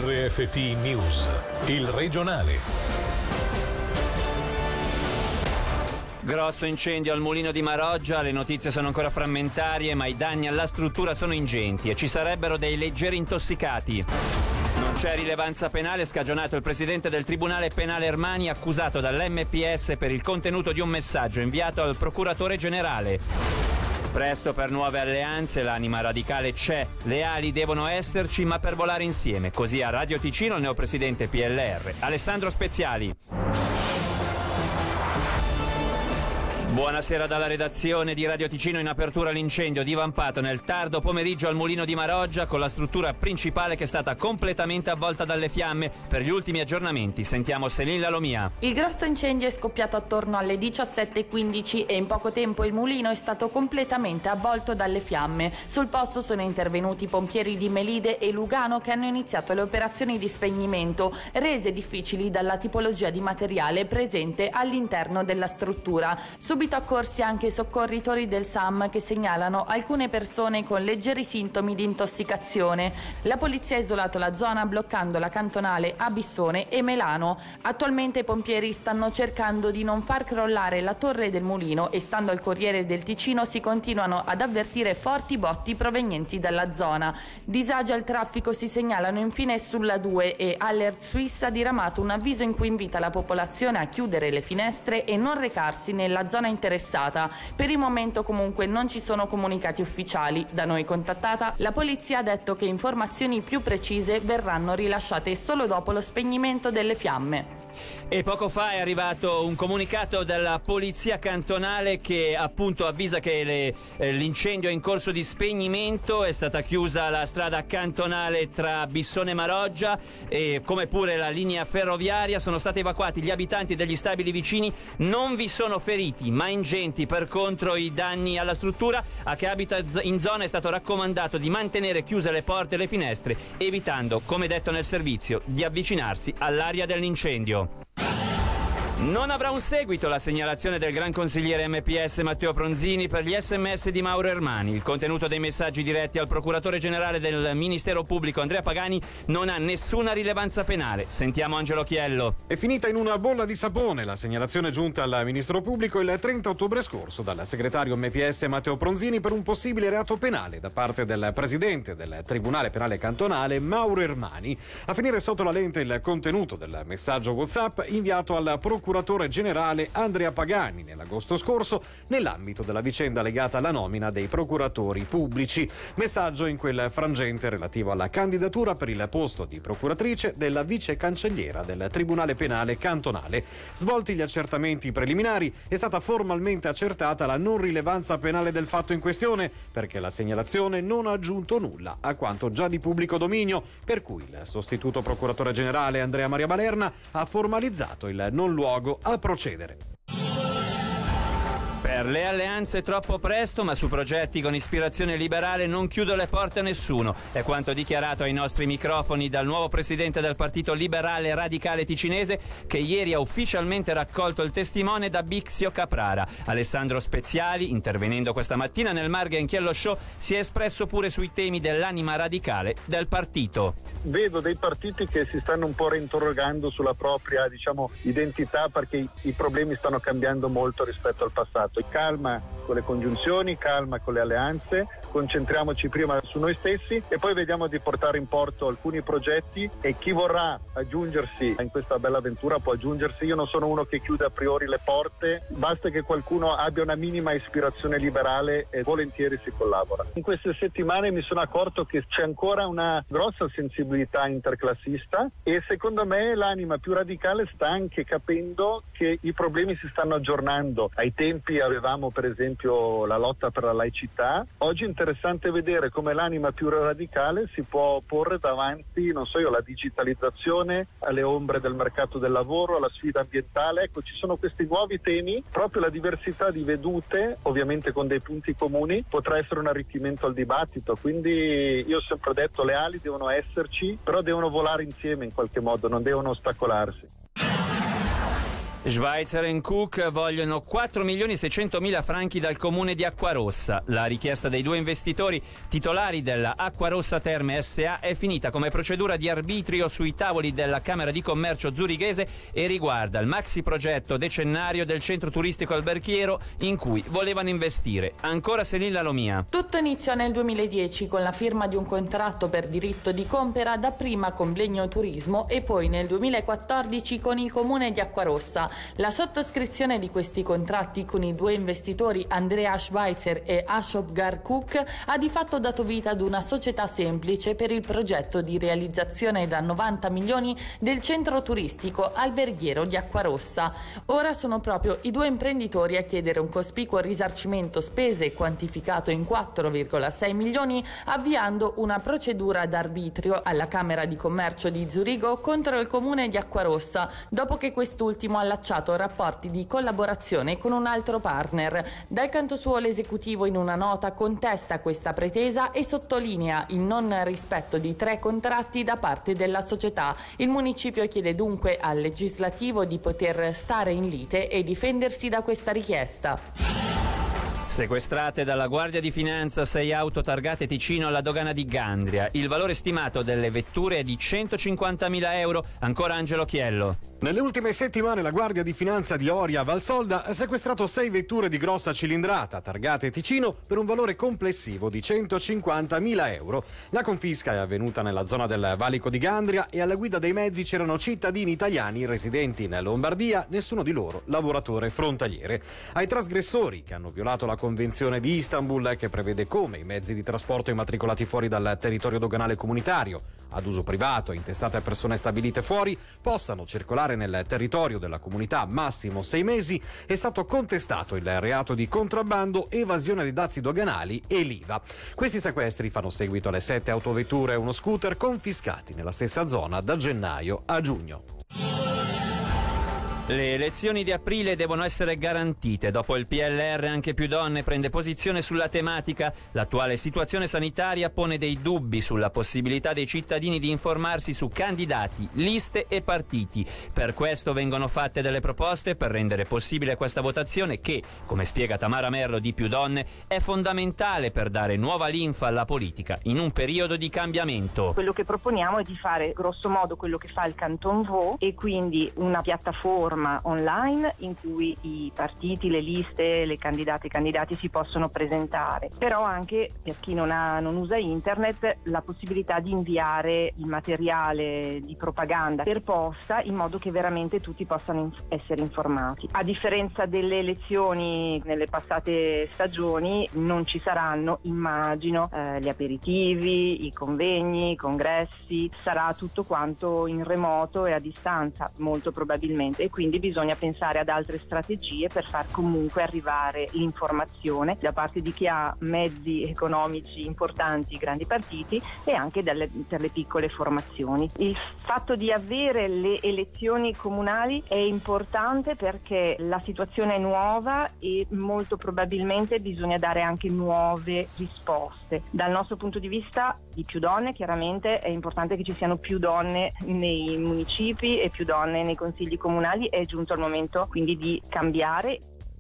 RFT News, il regionale. Grosso incendio al mulino di Maroggia, le notizie sono ancora frammentarie, ma i danni alla struttura sono ingenti e ci sarebbero dei leggeri intossicati. Non c'è rilevanza penale, scagionato il presidente del Tribunale Penale Ermani, accusato dall'MPS per il contenuto di un messaggio inviato al procuratore generale. Presto per nuove alleanze, l'anima radicale c'è, le ali devono esserci, ma per volare insieme. Così a Radio Ticino il neopresidente PLR, Alessandro Speziali. Buonasera dalla redazione di Radio Ticino. In apertura l'incendio divampato nel tardo pomeriggio al mulino di Maroggia, con la struttura principale che è stata completamente avvolta dalle fiamme. Per gli ultimi aggiornamenti sentiamo Selin Lalomia. Il grosso incendio è scoppiato attorno alle 17:15 e in poco tempo il mulino è stato completamente avvolto dalle fiamme. Sul posto sono intervenuti i pompieri di Melide e Lugano, che hanno iniziato le operazioni di spegnimento, rese difficili dalla tipologia di materiale presente all'interno della struttura. Subito accorsi anche i soccorritori del SAM, che segnalano alcune persone con leggeri sintomi di intossicazione. La polizia ha isolato la zona bloccando la cantonale a Bissone e Melano. Attualmente i pompieri stanno cercando di non far crollare la torre del mulino e, stando al Corriere del Ticino, si continuano ad avvertire forti botti provenienti dalla zona. Disagio al traffico si segnalano infine sulla 2 e Alert Suisse ha diramato un avviso in cui invita la popolazione a chiudere le finestre e non recarsi nella zona interessata. Per il momento comunque non ci sono comunicati ufficiali. Da noi contattata, la polizia ha detto che informazioni più precise verranno rilasciate solo dopo lo spegnimento delle fiamme. E poco fa è arrivato un comunicato della polizia cantonale che appunto avvisa che l'incendio è in corso di spegnimento. È stata chiusa la strada cantonale tra Bissone e Maroggia, e come pure la linea ferroviaria. Sono stati evacuati gli abitanti degli stabili vicini. Non vi sono feriti, ma ingenti per contro i danni alla struttura. A chi abita in zona è stato raccomandato di mantenere chiuse le porte e le finestre, evitando, come detto nel servizio, di avvicinarsi all'area dell'incendio. Non avrà un seguito la segnalazione del gran consigliere MPS Matteo Pronzini per gli SMS di Mauro Ermani. Il contenuto dei messaggi diretti al procuratore generale del Ministero Pubblico Andrea Pagani non ha nessuna rilevanza penale. Sentiamo Angelo Chiello. È finita in una bolla di sapone la segnalazione giunta al Ministro Pubblico il 30 ottobre scorso dal segretario MPS Matteo Pronzini per un possibile reato penale da parte del presidente del Tribunale Penale Cantonale Mauro Ermani. A finire sotto la lente il contenuto del messaggio WhatsApp inviato al procuratore generale Andrea Pagani nell'agosto scorso nell'ambito della vicenda legata alla nomina dei procuratori pubblici. Messaggio in quel frangente relativo alla candidatura per il posto di procuratrice della vice cancelliera del Tribunale Penale Cantonale. Svolti gli accertamenti preliminari, è stata formalmente accertata la non rilevanza penale del fatto in questione, perché la segnalazione non ha aggiunto nulla a quanto già di pubblico dominio, per cui il sostituto procuratore generale Andrea Maria Balerna ha formalizzato il non luogo a procedere. Per le alleanze troppo presto, ma su progetti con ispirazione liberale non chiudo le porte a nessuno. È quanto dichiarato ai nostri microfoni dal nuovo presidente del Partito Liberale Radicale Ticinese, che ieri ha ufficialmente raccolto il testimone da Bixio Caprara. Alessandro Speziali, intervenendo questa mattina nel Marghe Inchiello Show, si è espresso pure sui temi dell'anima radicale del partito. Vedo dei partiti che si stanno un po' reinterrogando sulla propria, identità, perché i problemi stanno cambiando molto rispetto al passato. Calma con le congiunzioni, calma con le alleanze, concentriamoci prima su noi stessi e poi vediamo di portare in porto alcuni progetti, e chi vorrà aggiungersi in questa bella avventura può aggiungersi. Io non sono uno che chiude a priori le porte, basta che qualcuno abbia una minima ispirazione liberale e volentieri si collabora. In queste settimane mi sono accorto che c'è ancora una grossa sensibilità interclassista, e secondo me l'anima più radicale sta anche capendo che i problemi si stanno aggiornando. Ai tempi avevamo per esempio la lotta per la laicità. Oggi è interessante vedere come l'anima più radicale si può porre davanti, la digitalizzazione, alle ombre del mercato del lavoro, alla sfida ambientale. Ecco, ci sono questi nuovi temi, proprio la diversità di vedute, ovviamente con dei punti comuni, potrà essere un arricchimento al dibattito. Quindi io ho sempre detto, le ali devono esserci, però devono volare insieme in qualche modo, non devono ostacolarsi. Schweitzer e Cook vogliono 4.600.000 franchi dal comune di Acquarossa. La richiesta dei due investitori titolari della Acquarossa Terme SA è finita come procedura di arbitrio sui tavoli della Camera di Commercio zurighese e riguarda il maxi progetto decennario del centro turistico alberghiero in cui volevano investire. Ancora Selilla Lomia. Tutto iniziò nel 2010 con la firma di un contratto per diritto di compera, dapprima con Blegno Turismo e poi nel 2014 con il comune di Acquarossa. La sottoscrizione di questi contratti con i due investitori Andrea Schweitzer e Ashok Cook ha di fatto dato vita ad una società semplice per il progetto di realizzazione da 90 milioni del centro turistico alberghiero di Acquarossa. Ora sono proprio i due imprenditori a chiedere un cospicuo risarcimento spese quantificato in 4,6 milioni, avviando una procedura d'arbitrio alla Camera di Commercio di Zurigo contro il comune di Acquarossa, dopo che quest'ultimo ha rapporti di collaborazione con un altro partner. Dal canto suo l'esecutivo in una nota contesta questa pretesa e sottolinea il non rispetto di 3 contratti da parte della società. Il municipio chiede dunque al legislativo di poter stare in lite e difendersi da questa richiesta. Sequestrate dalla Guardia di Finanza 6 auto targate Ticino alla dogana di Gandria. Il valore stimato delle vetture è di 150.000 euro. Ancora Angelo Chiello. Nelle ultime settimane la Guardia di Finanza di Oria Valsolda ha sequestrato 6 vetture di grossa cilindrata targate Ticino per un valore complessivo di 150.000 euro. La confisca è avvenuta nella zona del Valico di Gandria e alla guida dei mezzi c'erano cittadini italiani residenti in Lombardia, nessuno di loro lavoratore frontaliere. Ai trasgressori che hanno violato la Convenzione di Istanbul, che prevede come i mezzi di trasporto immatricolati fuori dal territorio doganale comunitario ad uso privato e intestate a persone stabilite fuori possano circolare nel territorio della comunità massimo 6 mesi, è stato contestato il reato di contrabbando, evasione dei dazi doganali e l'IVA. Questi sequestri fanno seguito alle 7 autovetture e uno scooter confiscati nella stessa zona da gennaio a giugno. Le elezioni di aprile devono essere garantite. Dopo il PLR anche Più Donne prende posizione sulla tematica. L'attuale situazione sanitaria pone dei dubbi sulla possibilità dei cittadini di informarsi su candidati, liste e partiti. Per questo vengono fatte delle proposte per rendere possibile questa votazione che, come spiega Tamara Merlo di Più Donne, è fondamentale per dare nuova linfa alla politica in un periodo di cambiamento. Quello che proponiamo è di fare grosso modo quello che fa il Canton Vaud, e quindi una piattaforma online in cui i partiti, le liste, le candidate e i candidati si possono presentare, però anche per chi non usa internet la possibilità di inviare il materiale di propaganda per posta in modo che veramente tutti possano essere informati. A differenza delle elezioni nelle passate stagioni non ci saranno, immagino, gli aperitivi, i convegni, i congressi, sarà tutto quanto in remoto e a distanza molto probabilmente, e quindi bisogna pensare ad altre strategie per far comunque arrivare l'informazione da parte di chi ha mezzi economici importanti, grandi partiti, e anche per le piccole formazioni. Il fatto di avere le elezioni comunali è importante perché la situazione è nuova e molto probabilmente bisogna dare anche nuove risposte. Dal nostro punto di vista di Più Donne, chiaramente è importante che ci siano più donne nei municipi e più donne nei consigli comunali. È giunto il momento quindi di cambiare.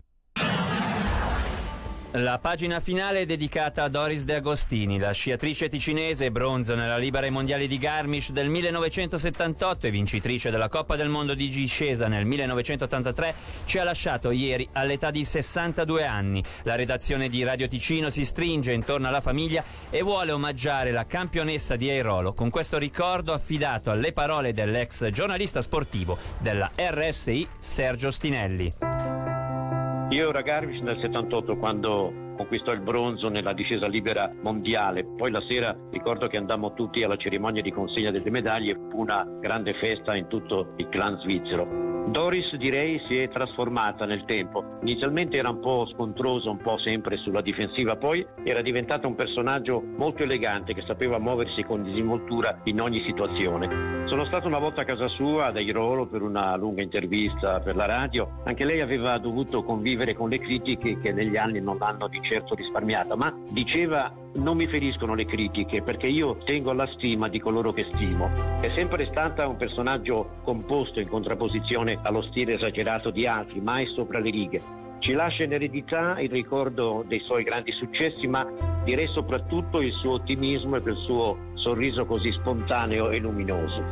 La pagina finale è dedicata a Doris De Agostini, la sciatrice ticinese, bronzo nella Libera ai Mondiali di Garmisch del 1978 e vincitrice della Coppa del Mondo di discesa nel 1983, ci ha lasciato ieri all'età di 62 anni. La redazione di Radio Ticino si stringe intorno alla famiglia e vuole omaggiare la campionessa di airolo con questo ricordo affidato alle parole dell'ex giornalista sportivo della RSI Sergio Stinelli. Io ero a Garmisch nel 78 quando conquistò il bronzo nella discesa libera mondiale. Poi la sera ricordo che andammo tutti alla cerimonia di consegna delle medaglie, fu una grande festa in tutto il clan svizzero. Doris, direi, si è trasformata nel tempo. Inizialmente era un po' scontrosa, un po' sempre sulla difensiva, poi era diventata un personaggio molto elegante che sapeva muoversi con disinvoltura in ogni situazione. Sono stato una volta a casa sua ad Airolo per una lunga intervista per la radio. Anche lei aveva dovuto convivere con le critiche che negli anni non l'hanno di certo risparmiata, ma diceva: non mi feriscono le critiche perché io tengo alla stima di coloro che stimo. È sempre stata un personaggio composto in contrapposizione attenzione allo stile esagerato di altri, mai sopra le righe. Ci lascia in eredità il ricordo dei suoi grandi successi, ma direi soprattutto il suo ottimismo e il suo sorriso così spontaneo e luminoso.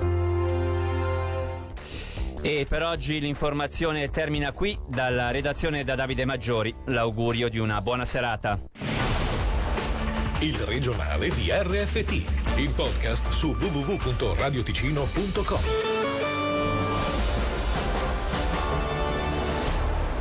E per oggi l'informazione termina qui. Dalla redazione da Davide Maggiori, l'augurio di una buona serata. Il regionale di RFT, il podcast su www.radioticino.com.